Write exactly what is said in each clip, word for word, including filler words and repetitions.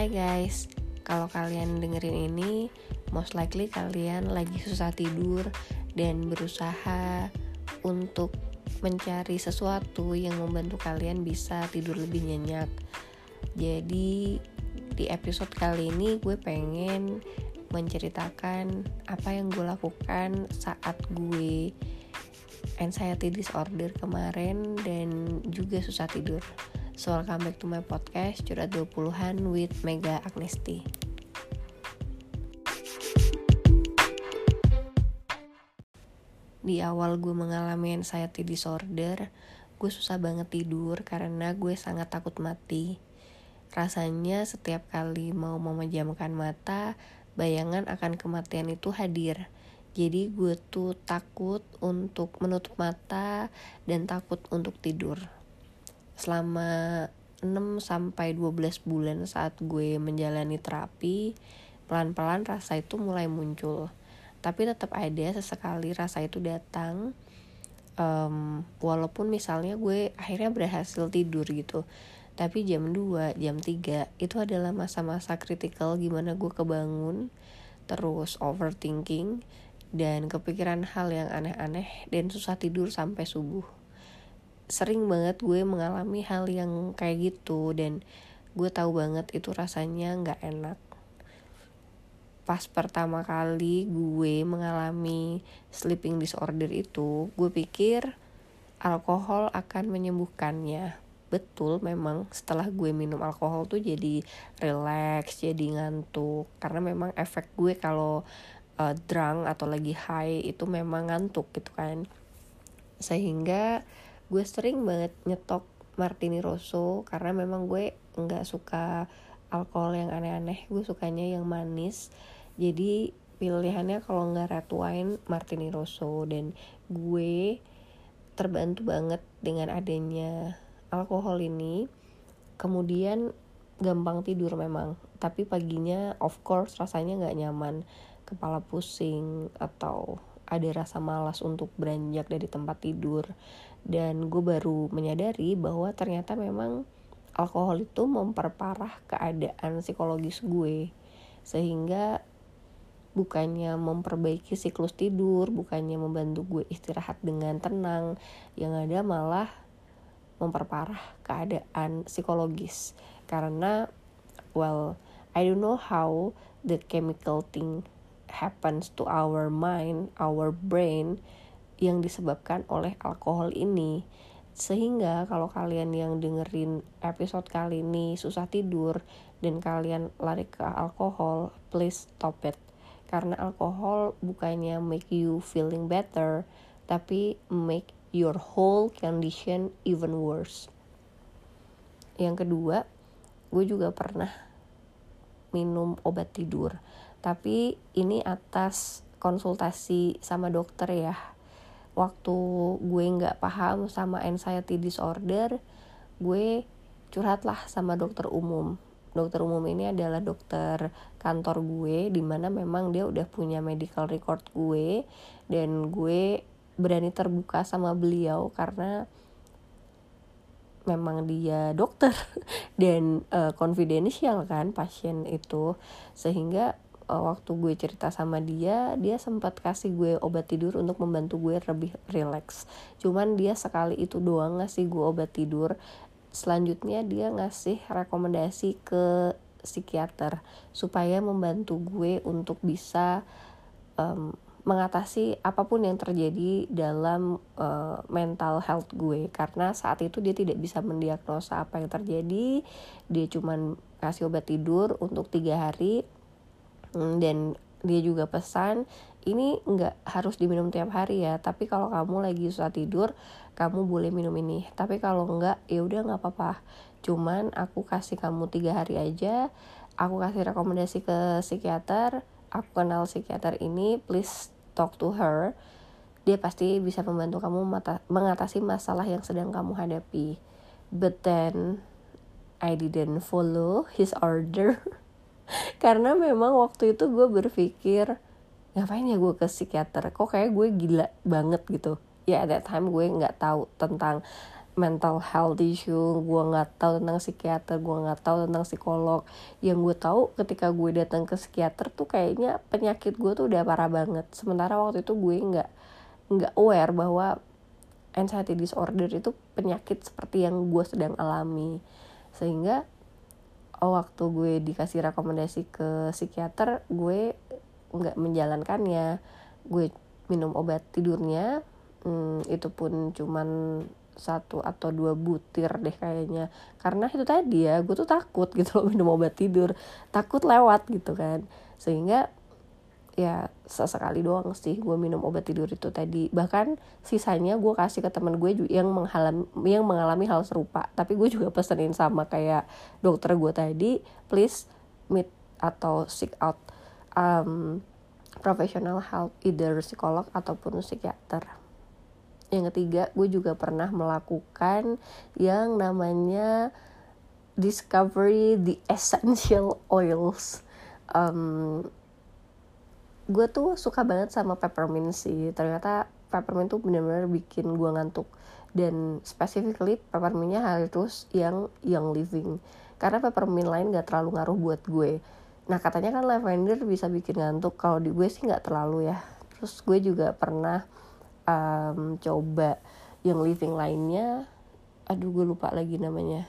Hai guys, kalau kalian dengerin ini, most likely kalian lagi susah tidur dan berusaha untuk mencari sesuatu yang membantu kalian bisa tidur lebih nyenyak. Jadi di episode kali ini gue pengen menceritakan apa yang gue lakukan saat gue anxiety disorder kemarin dan juga susah tidur. So welcome back to my podcast Curhat dua puluhan with Mega Agnesti. Di awal gue mengalami anxiety disorder, gue susah banget tidur karena gue sangat takut mati. Rasanya setiap kali mau memejamkan mata, bayangan akan kematian itu hadir. Jadi gue tuh takut untuk menutup mata dan takut untuk tidur. Selama enam sampai dua belas bulan saat gue menjalani terapi, pelan-pelan rasa itu mulai muncul. Tapi tetap ada sesekali rasa itu datang, um, walaupun misalnya gue akhirnya berhasil tidur gitu. Tapi jam dua, jam tiga itu adalah masa-masa kritikal gimana gue kebangun, terus overthinking, dan kepikiran hal yang aneh-aneh dan susah tidur sampai subuh. Sering banget gue mengalami hal yang kayak gitu dan gue tahu banget itu rasanya gak enak. Pas pertama kali gue mengalami sleeping disorder itu, gue pikir alkohol akan menyembuhkannya. Betul, memang setelah gue minum alkohol tuh jadi relax, jadi ngantuk. Karena memang efek gue kalau uh, drunk atau lagi high itu memang ngantuk gitu kan. Sehingga gue sering banget nyetok Martini Rosso karena memang gue gak suka alkohol yang aneh-aneh. Gue sukanya yang manis. Jadi pilihannya kalau gak red wine, Martini Rosso. Dan gue terbantu banget dengan adanya alkohol ini. Kemudian gampang tidur memang, tapi paginya of course rasanya gak nyaman, kepala pusing atau ada rasa malas untuk beranjak dari tempat tidur. Dan gue baru menyadari bahwa ternyata memang alkohol itu memperparah keadaan psikologis gue, sehingga bukannya memperbaiki siklus tidur, bukannya membantu gue istirahat dengan tenang, yang ada malah memperparah keadaan psikologis. Karena well, I don't know how the chemical thing happens to our mind, our brain, yang disebabkan oleh alkohol ini. Sehingga kalau kalian yang dengerin episode kali ini susah tidur dan kalian lari ke alkohol, please stop it. Karena alkohol bukannya make you feeling better, tapi make your whole condition even worse. Yang kedua, gue juga pernah minum obat tidur. Tapi ini atas konsultasi sama dokter ya. Waktu gue gak paham sama anxiety disorder, gue curhatlah sama dokter umum. Dokter umum ini adalah dokter kantor gue, dimana memang dia udah punya medical record gue. Dan gue berani terbuka sama beliau karena memang dia dokter dan uh, confidential kan pasien itu. Sehingga uh, waktu gue cerita sama dia, dia sempat kasih gue obat tidur untuk membantu gue lebih relax. Cuman dia sekali itu doang ngasih gue obat tidur. Selanjutnya dia ngasih rekomendasi ke psikiater supaya membantu gue untuk bisa um, mengatasi apapun yang terjadi dalam uh, mental health gue. Karena saat itu dia tidak bisa mendiagnosa apa yang terjadi. Dia cuman kasih obat tidur untuk tiga hari. Dan dia juga pesan, ini gak harus diminum tiap hari ya, tapi kalau kamu lagi susah tidur, kamu boleh minum ini. Tapi kalau enggak, ya udah gak apa-apa. Cuman aku kasih kamu tiga hari aja. Aku kasih rekomendasi ke psikiater. Aku kenal psikiater ini, please talk to her. Dia pasti bisa membantu kamu mata- mengatasi masalah yang sedang kamu hadapi. But then I didn't follow his order. Karena memang waktu itu gue berpikir, ngapain ya gue ke psikiater? Kok kayak gue gila banget gitu. Ya at that time gue gak tahu tentang mental health issue, gue nggak tahu tentang psikiater, gue nggak tahu tentang psikolog. Yang gue tahu ketika gue datang ke psikiater tuh kayaknya penyakit gue tuh udah parah banget. Sementara waktu itu gue nggak nggak aware bahwa anxiety disorder itu penyakit seperti yang gue sedang alami. Sehingga oh, waktu gue dikasih rekomendasi ke psikiater, gue nggak menjalankannya. Gue minum obat tidurnya, hmm, itu pun cuman satu atau dua butir deh kayaknya. Karena itu tadi ya, gue tuh takut gitu loh minum obat tidur, takut lewat gitu kan. Sehingga ya sesekali doang sih gue minum obat tidur itu tadi. Bahkan sisanya gue kasih ke teman gue yang mengalami yang mengalami hal serupa. Tapi gue juga pesenin sama kayak dokter gue tadi, please meet atau seek out um, professional help, either psikolog ataupun psikiater. Yang ketiga, gue juga pernah melakukan yang namanya discovery the essential oils. Um, gue tuh suka banget sama peppermint sih. Ternyata peppermint tuh benar-benar bikin gue ngantuk. Dan specifically peppermintnya harus yang young living. Karena peppermint lain gak terlalu ngaruh buat gue. Nah katanya kan lavender bisa bikin ngantuk. Kalau di gue sih gak terlalu ya. Terus gue juga pernah um, coba young living lainnya. Aduh gue lupa lagi namanya.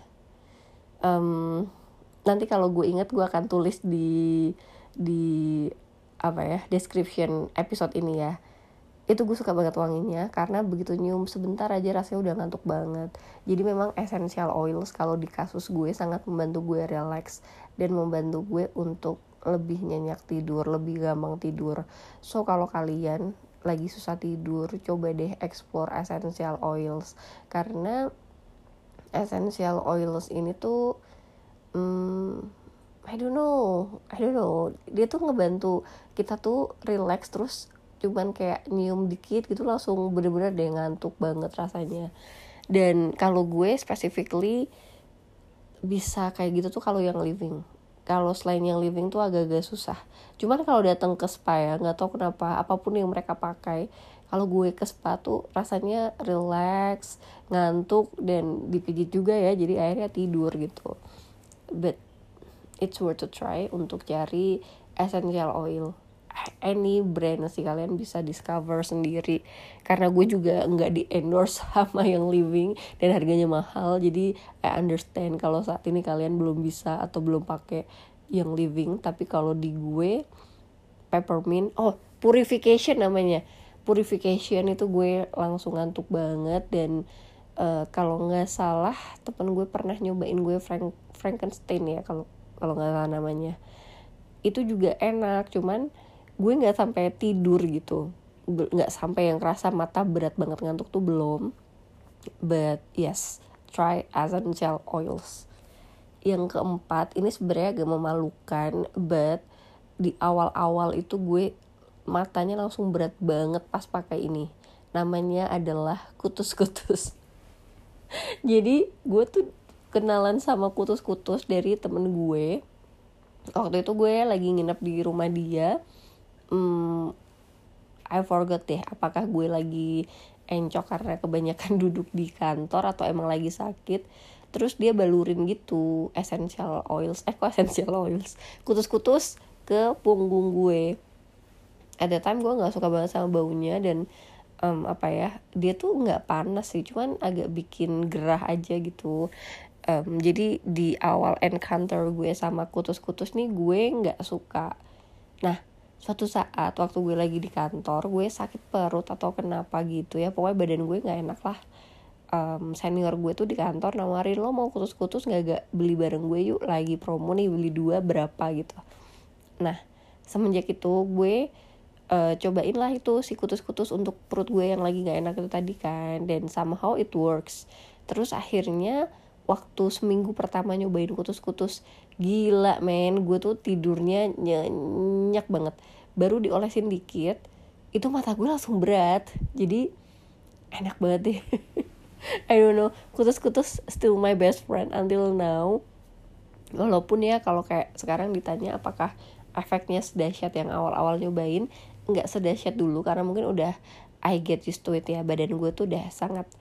Um, nanti kalau gue ingat gue akan tulis di di apa ya, description episode ini ya. Itu gue suka banget wanginya karena begitu nyium sebentar aja rasanya udah ngantuk banget. Jadi memang essential oils kalau di kasus gue sangat membantu gue relax dan membantu gue untuk lebih nyenyak tidur, lebih gampang tidur. So kalau kalian lagi susah tidur, coba deh explore essential oils. Karena essential oils ini tuh hmm, I don't know, I don't know. Dia tuh ngebantu kita tuh relax terus cuman kayak nyium dikit gitu langsung bener-bener deh ngantuk banget rasanya. Dan kalau gue specifically bisa kayak gitu tuh kalau yang living. Kalau selain yang living tuh agak-agak susah. Cuman kalau datang ke spa ya, nggak tahu kenapa apapun yang mereka pakai, kalau gue ke spa tuh rasanya relax, ngantuk dan dipijit juga ya, jadi akhirnya tidur gitu. But it's worth to try untuk cari essential oil. Any brand sih kalian bisa discover sendiri. Karena gue juga nggak di endorse sama yang living dan harganya mahal. Jadi I understand kalau saat ini kalian belum bisa atau belum pakai yang living. Tapi kalau di gue peppermint, oh purification namanya. Purification itu gue langsung ngantuk banget. Dan uh, kalau nggak salah temen gue pernah nyobain gue Frank Frankenstein ya kalau kalau nggak salah namanya. Itu juga enak, cuman gue nggak sampai tidur gitu, nggak sampai yang kerasa mata berat banget ngantuk tuh belum. But yes, try essential oils. Yang keempat, ini sebenarnya agak memalukan, but di awal-awal itu gue matanya langsung berat banget pas pakai ini. Namanya adalah kutus-kutus. Jadi gue tuh kenalan sama kutus-kutus dari temen gue. Waktu itu gue lagi nginep di rumah dia. Hmm, I forgot deh apakah gue lagi encok karena kebanyakan duduk di kantor atau emang lagi sakit. Terus dia balurin gitu essential oils, eh kok essential oils, kutus-kutus ke punggung gue. At the time gue nggak suka banget sama baunya dan um, apa ya, dia tuh nggak panas sih, cuman agak bikin gerah aja gitu. Um, jadi di awal encounter gue sama kutus-kutus nih gue nggak suka. Nah suatu saat waktu gue lagi di kantor, gue sakit perut atau kenapa gitu ya, pokoknya badan gue nggak enak lah. Um, senior gue tuh di kantor nawarin, lo mau kutus-kutus nggak gak beli bareng gue yuk, lagi promo nih, beli dua berapa gitu. Nah semenjak itu gue uh, cobain lah itu si kutus-kutus untuk perut gue yang lagi nggak enak itu tadi kan, dan somehow it works. Terus akhirnya waktu seminggu pertama nyobain kutus-kutus, gila men, gue tuh tidurnya nyenyak banget. Baru diolesin dikit, itu mata gue langsung berat. Jadi enak banget deh. I don't know, kutus-kutus still my best friend until now. Walaupun ya kalau kayak sekarang ditanya apakah efeknya sedahsyat yang awal-awal nyobain, nggak sedahsyat dulu karena mungkin udah I get used to it ya. Badan gue tuh udah sangat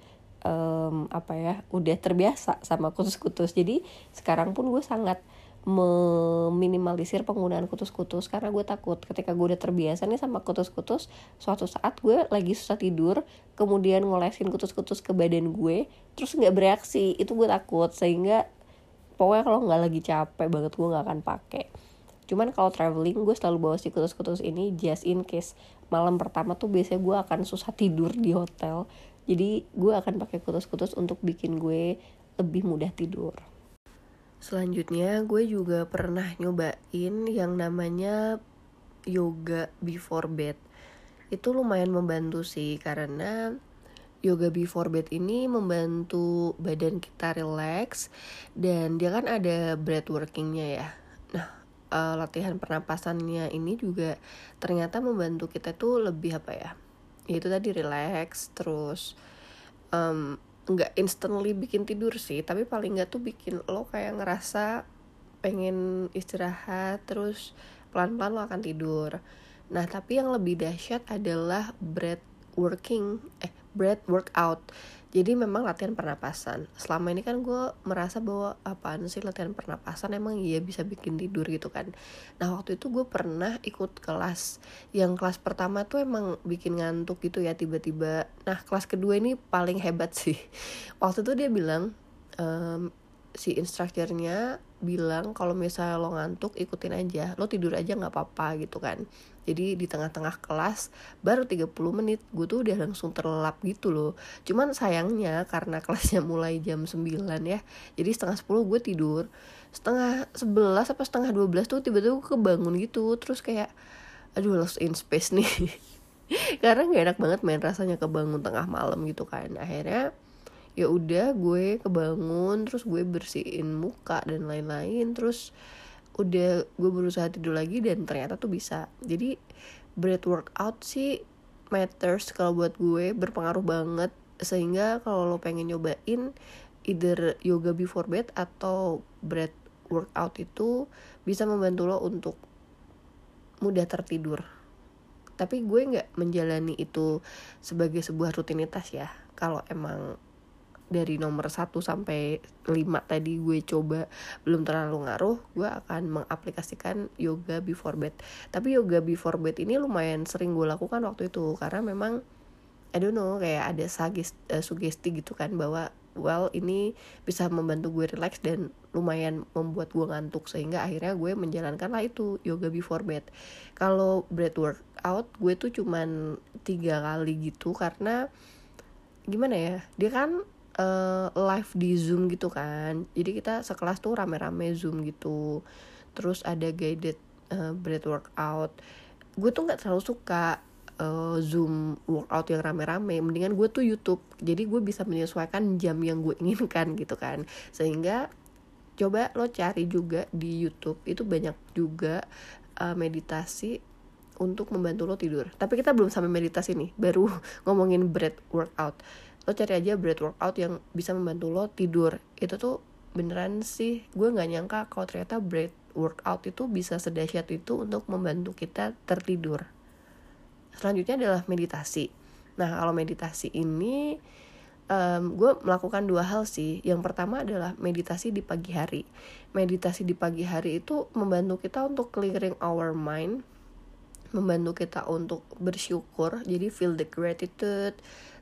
um, apa ya udah terbiasa sama kutus-kutus. Jadi sekarang pun gue sangat meminimalisir penggunaan kutus-kutus karena gue takut ketika gue udah terbiasa nih sama kutus-kutus, suatu saat gue lagi susah tidur kemudian ngolesin kutus-kutus ke badan gue terus nggak bereaksi, itu gue takut. Sehingga pokoknya kalau nggak lagi capek banget gue nggak akan pakai. Cuman kalau traveling gue selalu bawa si kutus-kutus ini just in case malam pertama tuh biasanya gue akan susah tidur di hotel, jadi gue akan pakai kutus-kutus untuk bikin gue lebih mudah tidur. Selanjutnya gue juga pernah nyobain yang namanya yoga before bed. Itu lumayan membantu sih, karena yoga before bed ini membantu badan kita relax dan dia kan ada breath workingnya ya. Nah, uh, latihan pernapasannya ini juga ternyata membantu kita tuh lebih apa ya, yaitu tadi relax, terus um, nggak instantly bikin tidur sih, tapi paling nggak tuh bikin lo kayak ngerasa pengen istirahat, terus pelan-pelan lo akan tidur. Nah, tapi yang lebih dahsyat adalah breath working, eh breath workout. Jadi memang latihan pernapasan. Selama ini kan gue merasa bahwa apaan sih latihan pernapasan, emang iya bisa bikin tidur gitu kan. Nah waktu itu gue pernah ikut kelas. Yang kelas pertama tuh emang bikin ngantuk gitu ya tiba-tiba. Nah kelas kedua ini paling hebat sih. Waktu itu dia bilang, um, si instrukturnya bilang kalau misalnya lo ngantuk ikutin aja, lo tidur aja nggak apa-apa gitu kan. Jadi di tengah-tengah kelas baru tiga puluh menit gue tuh udah langsung terlelap gitu loh. Cuman sayangnya karena kelasnya mulai jam sembilan ya, jadi setengah sepuluh gue tidur. Setengah sebelas apa setengah dua belas tuh tiba-tiba gue kebangun gitu. Terus kayak aduh lost in space nih. Karena gak enak banget main rasanya kebangun tengah malam gitu kan. Akhirnya ya udah gue kebangun, terus gue bersihin muka dan lain-lain, terus udah gue berusaha tidur lagi dan ternyata tuh bisa. Jadi breath workout sih matters kalau buat gue, berpengaruh banget. Sehingga kalau lo pengen nyobain either yoga before bed atau breath workout itu bisa membantu lo untuk mudah tertidur. Tapi gue gak menjalani itu sebagai sebuah rutinitas ya. Kalau emang dari nomor satu sampai lima tadi gue coba belum terlalu ngaruh, gue akan mengaplikasikan yoga before bed. Tapi yoga before bed ini lumayan sering gue lakukan waktu itu, karena memang I don't know, kayak ada sugesti, uh, sugesti gitu kan, bahwa well ini bisa membantu gue relax dan lumayan membuat gue ngantuk, sehingga akhirnya gue menjalankan lah itu yoga before bed. Kalau breath workout gue tuh cuman tiga kali gitu, karena gimana ya, dia kan Uh, live di Zoom gitu kan, jadi kita sekelas tuh rame-rame Zoom gitu, terus ada guided uh, breath workout. Gue tuh nggak terlalu suka uh, Zoom workout yang rame-rame, mendingan gue tuh YouTube, jadi gue bisa menyesuaikan jam yang gue inginkan gitu kan. Sehingga coba lo cari juga di YouTube, itu banyak juga uh, meditasi untuk membantu lo tidur. Tapi kita belum sampai meditasi nih, baru ngomongin breath workout. Lo cari aja breath workout yang bisa membantu lo tidur. Itu tuh beneran sih, gue gak nyangka kalau ternyata breath workout itu bisa sedahsyat itu untuk membantu kita tertidur. Selanjutnya adalah meditasi. Nah kalau meditasi ini um, gue melakukan dua hal sih. Yang pertama adalah meditasi di pagi hari. Meditasi di pagi hari itu membantu kita untuk clearing our mind, membantu kita untuk bersyukur, jadi feel the gratitude,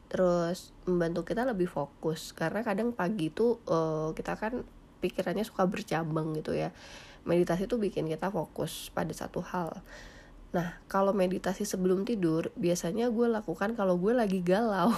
terus membantu kita lebih fokus. Karena kadang pagi itu uh, kita kan pikirannya suka bercabang gitu ya. Meditasi tuh bikin kita fokus pada satu hal. Nah kalau meditasi sebelum tidur biasanya gue lakukan kalau gue lagi galau.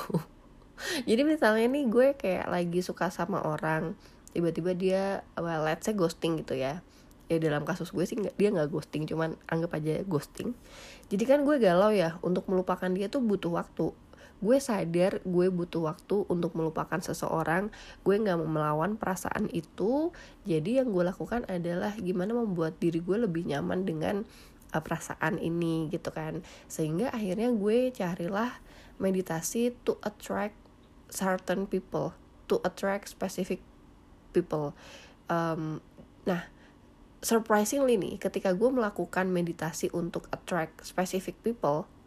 Jadi misalnya nih gue kayak lagi suka sama orang, tiba-tiba dia well, let's say ghosting gitu ya. Ya dalam kasus gue sih gak, dia gak ghosting, cuman anggap aja ghosting. Jadi kan gue galau ya, untuk melupakan dia tuh butuh waktu. Gue sadar gue butuh waktu untuk melupakan seseorang. Gue gak mau melawan perasaan itu. Jadi yang gue lakukan adalah gimana membuat diri gue lebih nyaman dengan uh, perasaan ini gitu kan. Sehingga akhirnya gue carilah meditasi to attract certain people, to attract specific people. um, Nah surprisingly nih, ketika gue melakukan meditasi untuk attract specific people,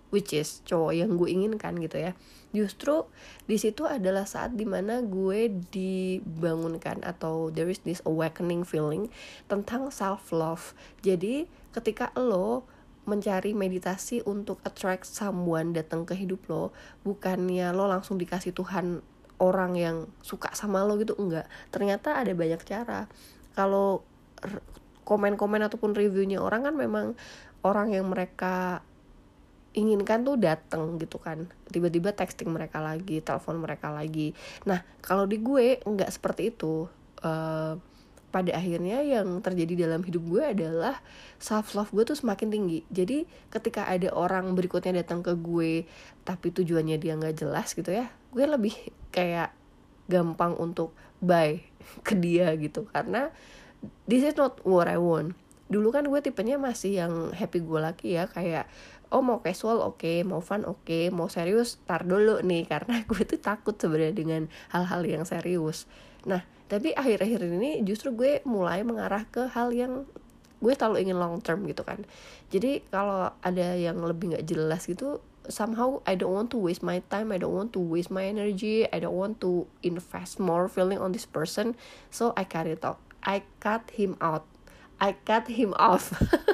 which is cowok yang gue inginkan gitu ya. Justru di situ adalah saat dimana gue dibangunkan atau there is this awakening feeling tentang self love. Jadi ketika lo mencari meditasi untuk attract someone datang ke hidup lo, bukannya lo langsung dikasih Tuhan orang yang suka sama lo gitu, enggak. Ternyata ada banyak cara. Kalau komen-komen ataupun reviewnya orang kan memang orang yang mereka inginkan tuh dateng gitu kan, tiba-tiba texting mereka lagi, telepon mereka lagi. Nah kalau di gue nggak seperti itu. Uh, pada akhirnya yang terjadi dalam hidup gue adalah self love gue tuh semakin tinggi. Jadi ketika ada orang berikutnya datang ke gue tapi tujuannya dia nggak jelas gitu ya, gue lebih kayak gampang untuk bye ke dia gitu, karena this is not what I want. Dulu kan gue tipenya masih yang happy go lucky ya, kayak oh mau casual oke, okay, mau fun oke, okay, mau serius tar dulu nih, karena gue tuh takut sebenarnya dengan hal-hal yang serius. Nah tapi akhir-akhir ini justru gue mulai mengarah ke hal yang gue selalu ingin long term gitu kan. Jadi kalau ada yang lebih nggak jelas gitu, somehow I don't want to waste my time, I don't want to waste my energy, I don't want to invest more feeling on this person, so I cut it off, I cut him out, I cut him off.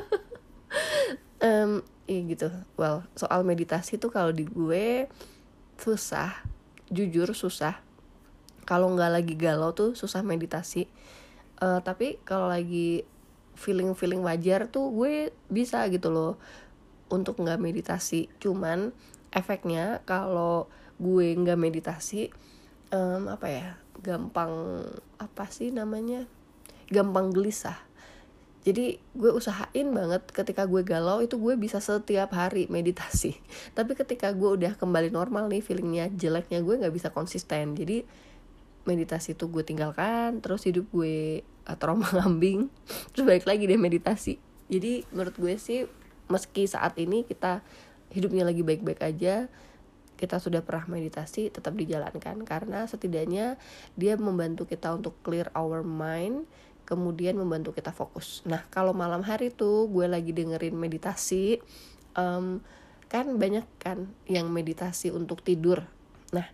um, Iya gitu. Well, soal meditasi tuh kalau di gue susah, jujur susah. Kalau nggak lagi galau tuh susah meditasi. Uh, tapi kalau lagi feeling-feeling wajar tuh gue bisa gitu loh untuk nggak meditasi. Cuman efeknya kalau gue nggak meditasi, um, apa ya? Gampang apa sih namanya? Gampang gelisah. Jadi gue usahain banget ketika gue galau itu gue bisa setiap hari meditasi. Tapi ketika gue udah kembali normal nih, feelingnya jeleknya gue gak bisa konsisten. Jadi meditasi tuh gue tinggalkan, terus hidup gue uh, terombang-ambing, terus balik lagi deh meditasi. Jadi menurut gue sih meski saat ini kita hidupnya lagi baik-baik aja, kita sudah pernah meditasi, tetap dijalankan. Karena setidaknya dia membantu kita untuk clear our mind, kemudian membantu kita fokus. Nah kalau malam hari tuh gue lagi dengerin meditasi, um, kan banyak kan yang meditasi untuk tidur. Nah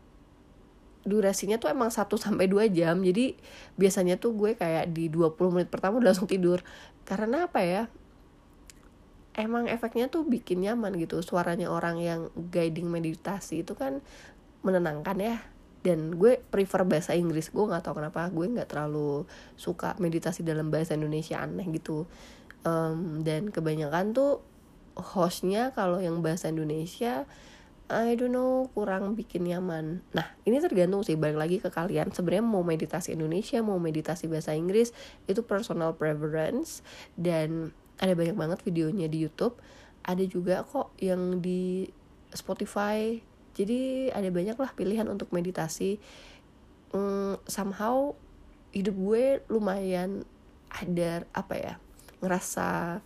durasinya tuh emang satu sampai dua jam. Jadi biasanya tuh gue kayak di dua puluh menit pertama udah langsung tidur. Karena apa ya, emang efeknya tuh bikin nyaman gitu. Suaranya orang yang guiding meditasi itu kan menenangkan ya. Dan gue prefer bahasa Inggris, gue nggak tahu kenapa gue nggak terlalu suka meditasi dalam bahasa Indonesia, aneh gitu. Um, dan kebanyakan tuh hostnya kalau yang bahasa Indonesia, I don't know, kurang bikin nyaman. Nah ini tergantung sih, balik lagi ke kalian. Sebenarnya mau meditasi Indonesia, mau meditasi bahasa Inggris, itu personal preference. Dan ada banyak banget videonya di YouTube, ada juga kok yang di Spotify. Jadi ada banyak lah pilihan untuk meditasi. Hmm, somehow hidup gue lumayan ada apa ya, ngerasa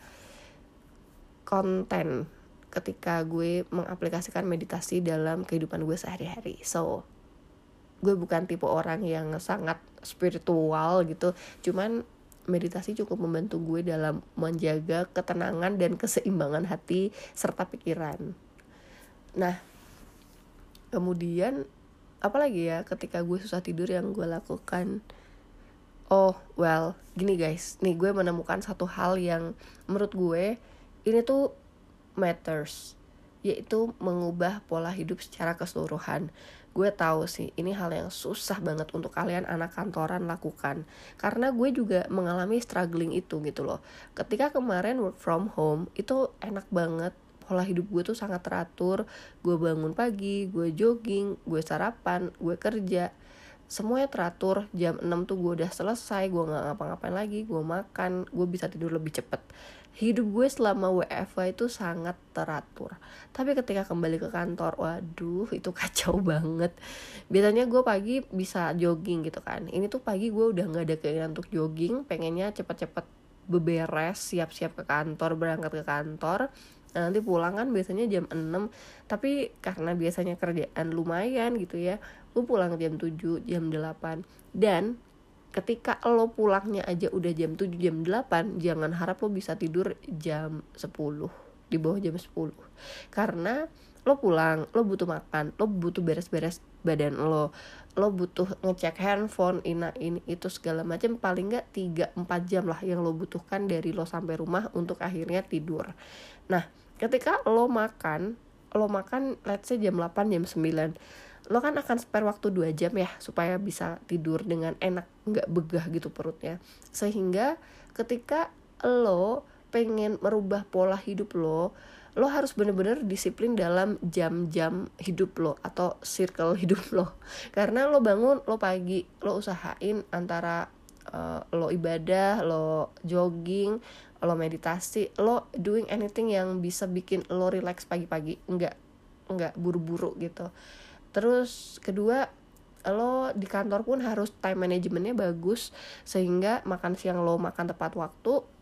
konten ketika gue mengaplikasikan meditasi dalam kehidupan gue sehari-hari. So gue bukan tipe orang yang sangat spiritual gitu, cuman meditasi cukup membantu gue dalam menjaga ketenangan dan keseimbangan hati serta pikiran. Nah kemudian apalagi ya ketika gue susah tidur yang gue lakukan? Oh well, gini guys, nih gue menemukan satu hal yang menurut gue ini tuh matters, yaitu mengubah pola hidup secara keseluruhan. Gue tahu sih ini hal yang susah banget untuk kalian anak kantoran lakukan, karena gue juga mengalami struggling itu gitu loh. Ketika kemarin work from home itu enak banget, pola hidup gue tuh sangat teratur. Gue bangun pagi, gue jogging, gue sarapan, gue kerja, semuanya teratur. Jam enam tuh gue udah selesai, gue gak ngapa-ngapain lagi, gue makan, gue bisa tidur lebih cepet. Hidup gue selama W F H itu sangat teratur. Tapi ketika kembali ke kantor, waduh itu kacau banget. Biasanya gue pagi bisa jogging gitu kan, ini tuh pagi gue udah gak ada keinginan untuk jogging, pengennya cepet-cepet beberes, siap-siap ke kantor, berangkat ke kantor. Nah, nanti pulang kan biasanya jam enam, tapi karena biasanya kerjaan lumayan gitu ya, lu pulang jam tujuh, jam delapan. Dan ketika lo pulangnya aja udah jam tujuh, jam delapan, jangan harap lo bisa tidur jam sepuluh. di bawah jam sepuluh. Karena lo pulang, lo butuh makan, lo butuh beres-beres badan lo, lo butuh ngecek handphone, ina ini itu segala macam, paling nggak tiga empat jam lah yang lo butuhkan dari lo sampai rumah untuk akhirnya tidur. Nah, ketika lo makan, lo makan let's say jam delapan, jam sembilan, lo kan akan spare waktu dua jam ya supaya bisa tidur dengan enak, nggak begah gitu perutnya. Sehingga ketika lo pengen merubah pola hidup lo, lo harus bener-bener disiplin dalam jam-jam hidup lo atau circle hidup lo. Karena lo bangun, lo pagi, lo usahain antara uh, lo ibadah, lo jogging, lo meditasi, lo doing anything yang bisa bikin lo relax pagi-pagi, enggak enggak buru-buru gitu. Terus kedua, lo di kantor pun harus time managementnya bagus, sehingga makan siang lo makan tepat waktu,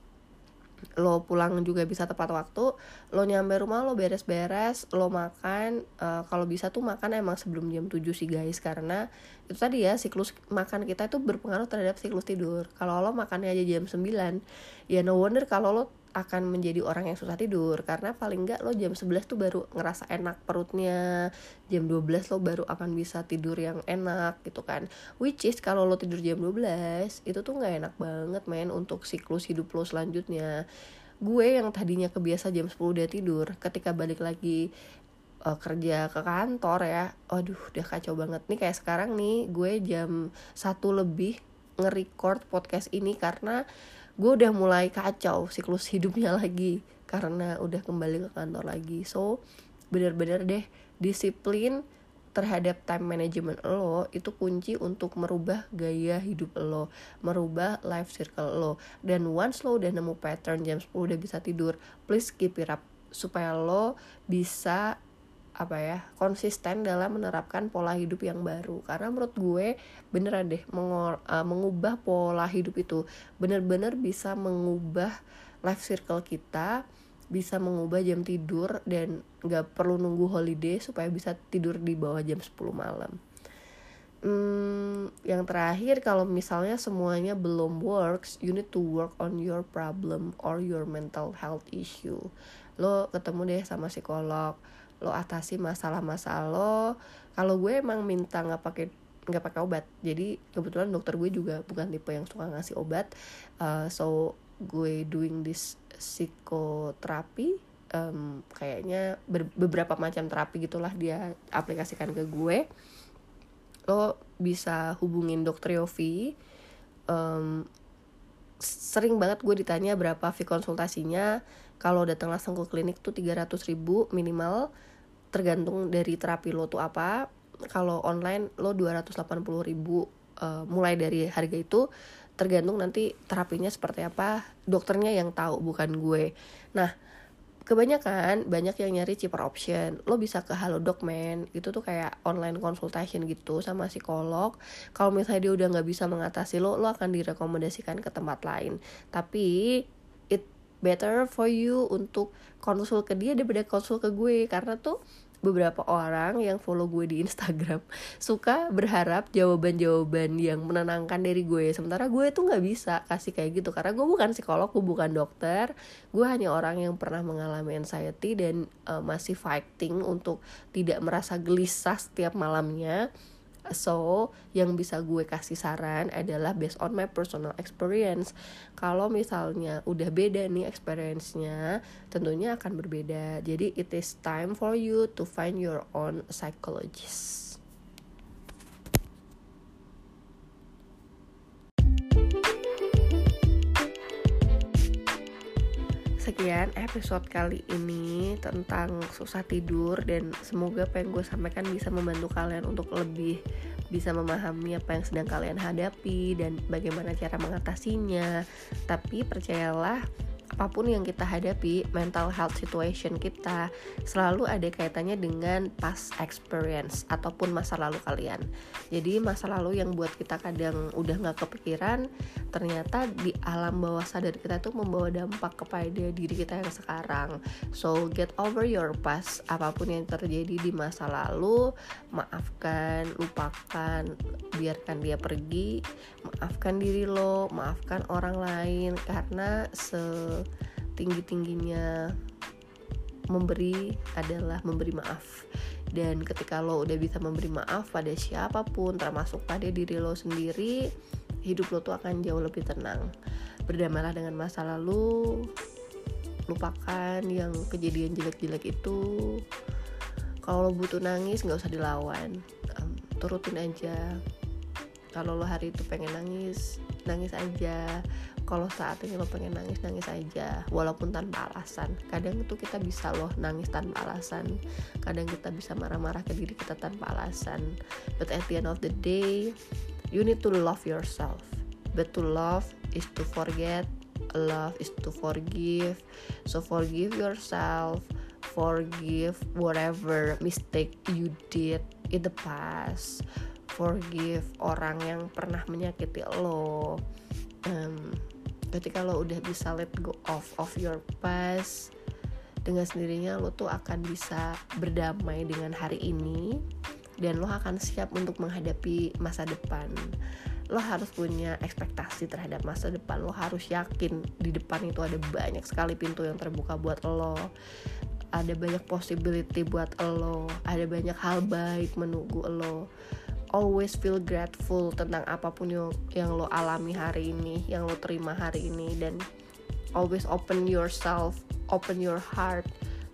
lo pulang juga bisa tepat waktu, lo nyampe rumah lo beres-beres, lo makan, uh, kalau bisa tuh makan emang sebelum jam tujuh sih guys, karena itu tadi ya, siklus makan kita itu berpengaruh terhadap siklus tidur. Kalau lo makannya aja jam sembilan, ya no wonder kalau lo akan menjadi orang yang susah tidur, karena paling enggak lo jam sebelas tuh baru ngerasa enak perutnya, jam dua belas lo baru akan bisa tidur yang enak gitu kan. Which is kalau lo tidur jam dua belas itu tuh nggak enak banget men untuk siklus hidup lo selanjutnya. Gue yang tadinya kebiasa jam sepuluh udah tidur, ketika balik lagi uh, kerja ke kantor ya, aduh udah kacau banget nih. Kayak sekarang nih gue jam satu lebih nge-record podcast ini karena gue udah mulai kacau siklus hidupnya lagi karena udah kembali ke kantor lagi. So bener-bener deh, disiplin terhadap time management lo itu kunci untuk merubah gaya hidup lo, merubah life circle lo. Dan once lo udah nemu pattern jam sepuluh udah bisa tidur, please keep it up supaya lo bisa apa ya konsisten dalam menerapkan pola hidup yang baru. Karena menurut gue beneran deh mengor, uh, mengubah pola hidup itu bener-bener bisa mengubah life circle kita, bisa mengubah jam tidur, dan gak perlu nunggu holiday supaya bisa tidur di bawah jam sepuluh malam. Hmm, yang terakhir, kalau misalnya semuanya belum works, you need to work on your problem or your mental health issue. Lo ketemu deh sama psikolog, lo atasi masalah-masalah lo. Kalau gue emang minta nggak pakai nggak pakai obat, jadi kebetulan dokter gue juga bukan tipe yang suka ngasih obat, uh, so gue doing this psikoterapi, um, kayaknya ber- beberapa macam terapi gitulah dia aplikasikan ke gue. Lo bisa hubungin dokter Yofi. Um, sering banget gue ditanya berapa fee konsultasinya. Kalau datang langsung ke klinik tuh tiga ratus ribu minimal, tergantung dari terapi lo tuh apa. Kalau online lo dua ratus delapan puluh ribu, uh, mulai dari harga itu, tergantung nanti terapinya seperti apa, dokternya yang tahu bukan gue. Nah, kebanyakan banyak yang nyari cheaper option. Lo bisa ke Halodoc men, itu tuh kayak online consultation gitu sama psikolog. Kalau misalnya dia udah nggak bisa mengatasi lo, lo akan direkomendasikan ke tempat lain. Tapi it better for you untuk konsul ke dia daripada konsul ke gue, karena tuh beberapa orang yang follow gue di Instagram suka berharap jawaban-jawaban yang menenangkan dari gue, sementara gue tuh nggak bisa kasih kayak gitu karena gue bukan psikolog, gue bukan dokter. Gue hanya orang yang pernah mengalami anxiety dan uh, masih fighting untuk tidak merasa gelisah setiap malamnya. So, yang bisa gue kasih saran adalah based on my personal experience. Kalau misalnya udah beda nih experience-nya, tentunya akan berbeda. Jadi, it is time for you to find your own psychologist. Sekian episode kali ini tentang susah tidur, dan semoga apa yang gue sampaikan bisa membantu kalian untuk lebih bisa memahami apa yang sedang kalian hadapi dan bagaimana cara mengatasinya. Tapi percayalah, apapun yang kita hadapi, mental health situation kita selalu ada kaitannya dengan past experience ataupun masa lalu kalian. Jadi masa lalu yang buat kita kadang udah gak kepikiran, ternyata di alam bawah sadar kita tuh membawa dampak kepada diri kita yang sekarang. So get over your past, apapun yang terjadi di masa lalu, maafkan, lupakan, biarkan dia pergi. Maafkan diri lo, maafkan orang lain, karena se tinggi-tingginya memberi adalah memberi maaf. Dan ketika lo udah bisa memberi maaf pada siapapun, termasuk pada diri lo sendiri, hidup lo tuh akan jauh lebih tenang. Berdamailah dengan masa lalu, lupakan yang kejadian jelek-jelek itu. Kalau lo butuh nangis, gak usah dilawan, um, turutin aja. Kalau lo hari itu pengen nangis, nangis aja. Kalau saat ini lo pengen nangis, nangis aja, walaupun tanpa alasan. Kadang itu kita bisa loh nangis tanpa alasan. Kadang kita bisa marah-marah ke diri kita tanpa alasan. But at the end of the day, you need to love yourself. But to love is to forget. Love is to forgive. So forgive yourself. Forgive whatever mistake you did in the past. Forgive orang yang pernah menyakiti lo. Um, ketika lo udah bisa let go of of your past, dengan sendirinya lo tuh akan bisa berdamai dengan hari ini, dan lo akan siap untuk menghadapi masa depan. Lo harus punya ekspektasi terhadap masa depan. Lo harus yakin di depan itu ada banyak sekali pintu yang terbuka buat lo, ada banyak possibility buat lo, ada banyak hal baik menunggu lo. Always feel grateful tentang apapun yang, yang lo alami hari ini, yang lo terima hari ini. Dan always open yourself, open your heart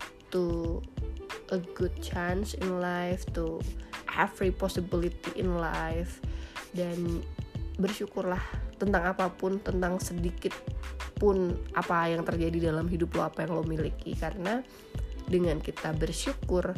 to a good chance in life, to every possibility in life. Dan bersyukurlah tentang apapun, tentang sedikit pun apa yang terjadi dalam hidup lo, apa yang lo miliki. Karena dengan kita bersyukur,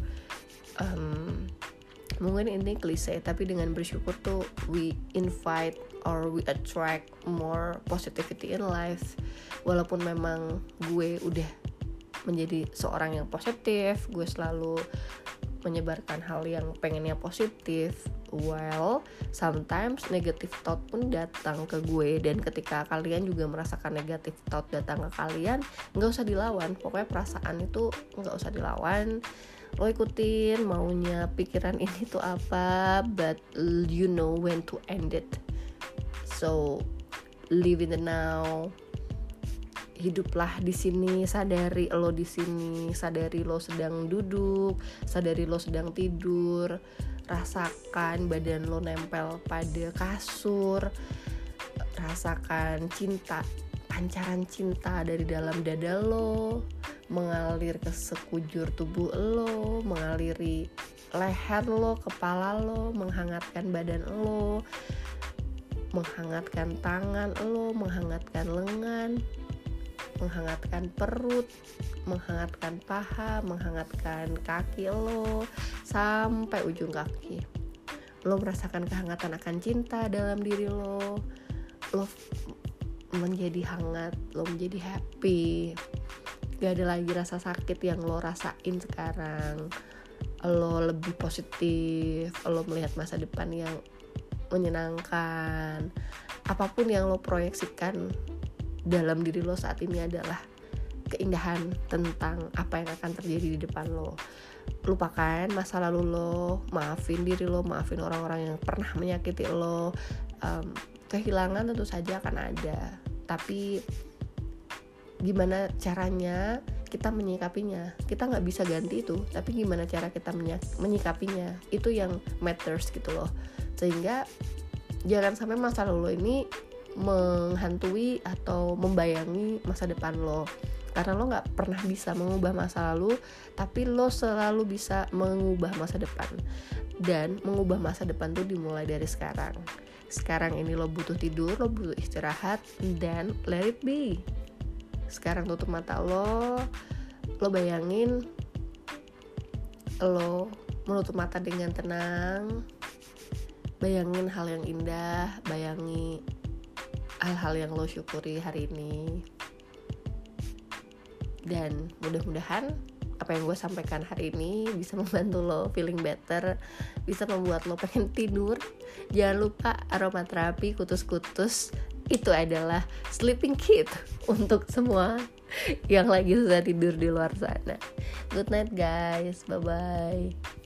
um, mungkin ini klise, tapi dengan bersyukur tuh we invite or we attract more positivity in life. Walaupun memang gue udah menjadi seorang yang positif, gue selalu menyebarkan hal yang pengennya positif, well, sometimes negative thought pun datang ke gue. Dan ketika kalian juga merasakan negative thought datang ke kalian, gak usah dilawan. Pokoknya perasaan itu gak usah dilawan, lo ikutin maunya pikiran ini tuh apa, but you know when to end it. So live in the now. Hiduplah di sini, sadari lo di sini, sadari lo sedang duduk, sadari lo sedang tidur, rasakan badan lo nempel pada kasur, rasakan cinta, pancaran cinta dari dalam dada lo mengalir ke sekujur tubuh lo, mengaliri leher lo, kepala lo, menghangatkan badan lo, menghangatkan tangan lo, menghangatkan lengan, menghangatkan perut, menghangatkan paha, menghangatkan kaki lo sampai ujung kaki. Lo merasakan kehangatan akan cinta dalam diri lo. Lo menjadi hangat, lo menjadi happy. Gak ada lagi rasa sakit yang lo rasain sekarang. Lo lebih positif, lo melihat masa depan yang menyenangkan. Apapun yang lo proyeksikan dalam diri lo saat ini adalah keindahan tentang apa yang akan terjadi di depan lo. Lupakan masa lalu lo, maafin diri lo, maafin orang-orang yang pernah menyakiti lo. um, Kehilangan tentu saja akan ada, tapi gimana caranya kita menyikapinya. Kita gak bisa ganti itu, tapi gimana cara kita menyikapinya, itu yang matters gitu loh. Sehingga jangan sampai masa lalu lo ini menghantui atau membayangi masa depan lo. Karena lo gak pernah bisa mengubah masa lalu, tapi lo selalu bisa mengubah masa depan. Dan mengubah masa depan tuh dimulai dari sekarang. Sekarang ini lo butuh tidur, lo butuh istirahat, dan let it be. Sekarang tutup mata lo, lo bayangin lo menutup mata dengan tenang. Bayangin hal yang indah, bayangi hal-hal yang lo syukuri hari ini. Dan mudah-mudahan apa yang gue sampaikan hari ini bisa membantu lo feeling better, bisa membuat lo pengen tidur. Jangan lupa aromaterapi kutus-kutus itu adalah sleeping kit untuk semua yang lagi susah tidur di luar sana. Good night guys, bye bye.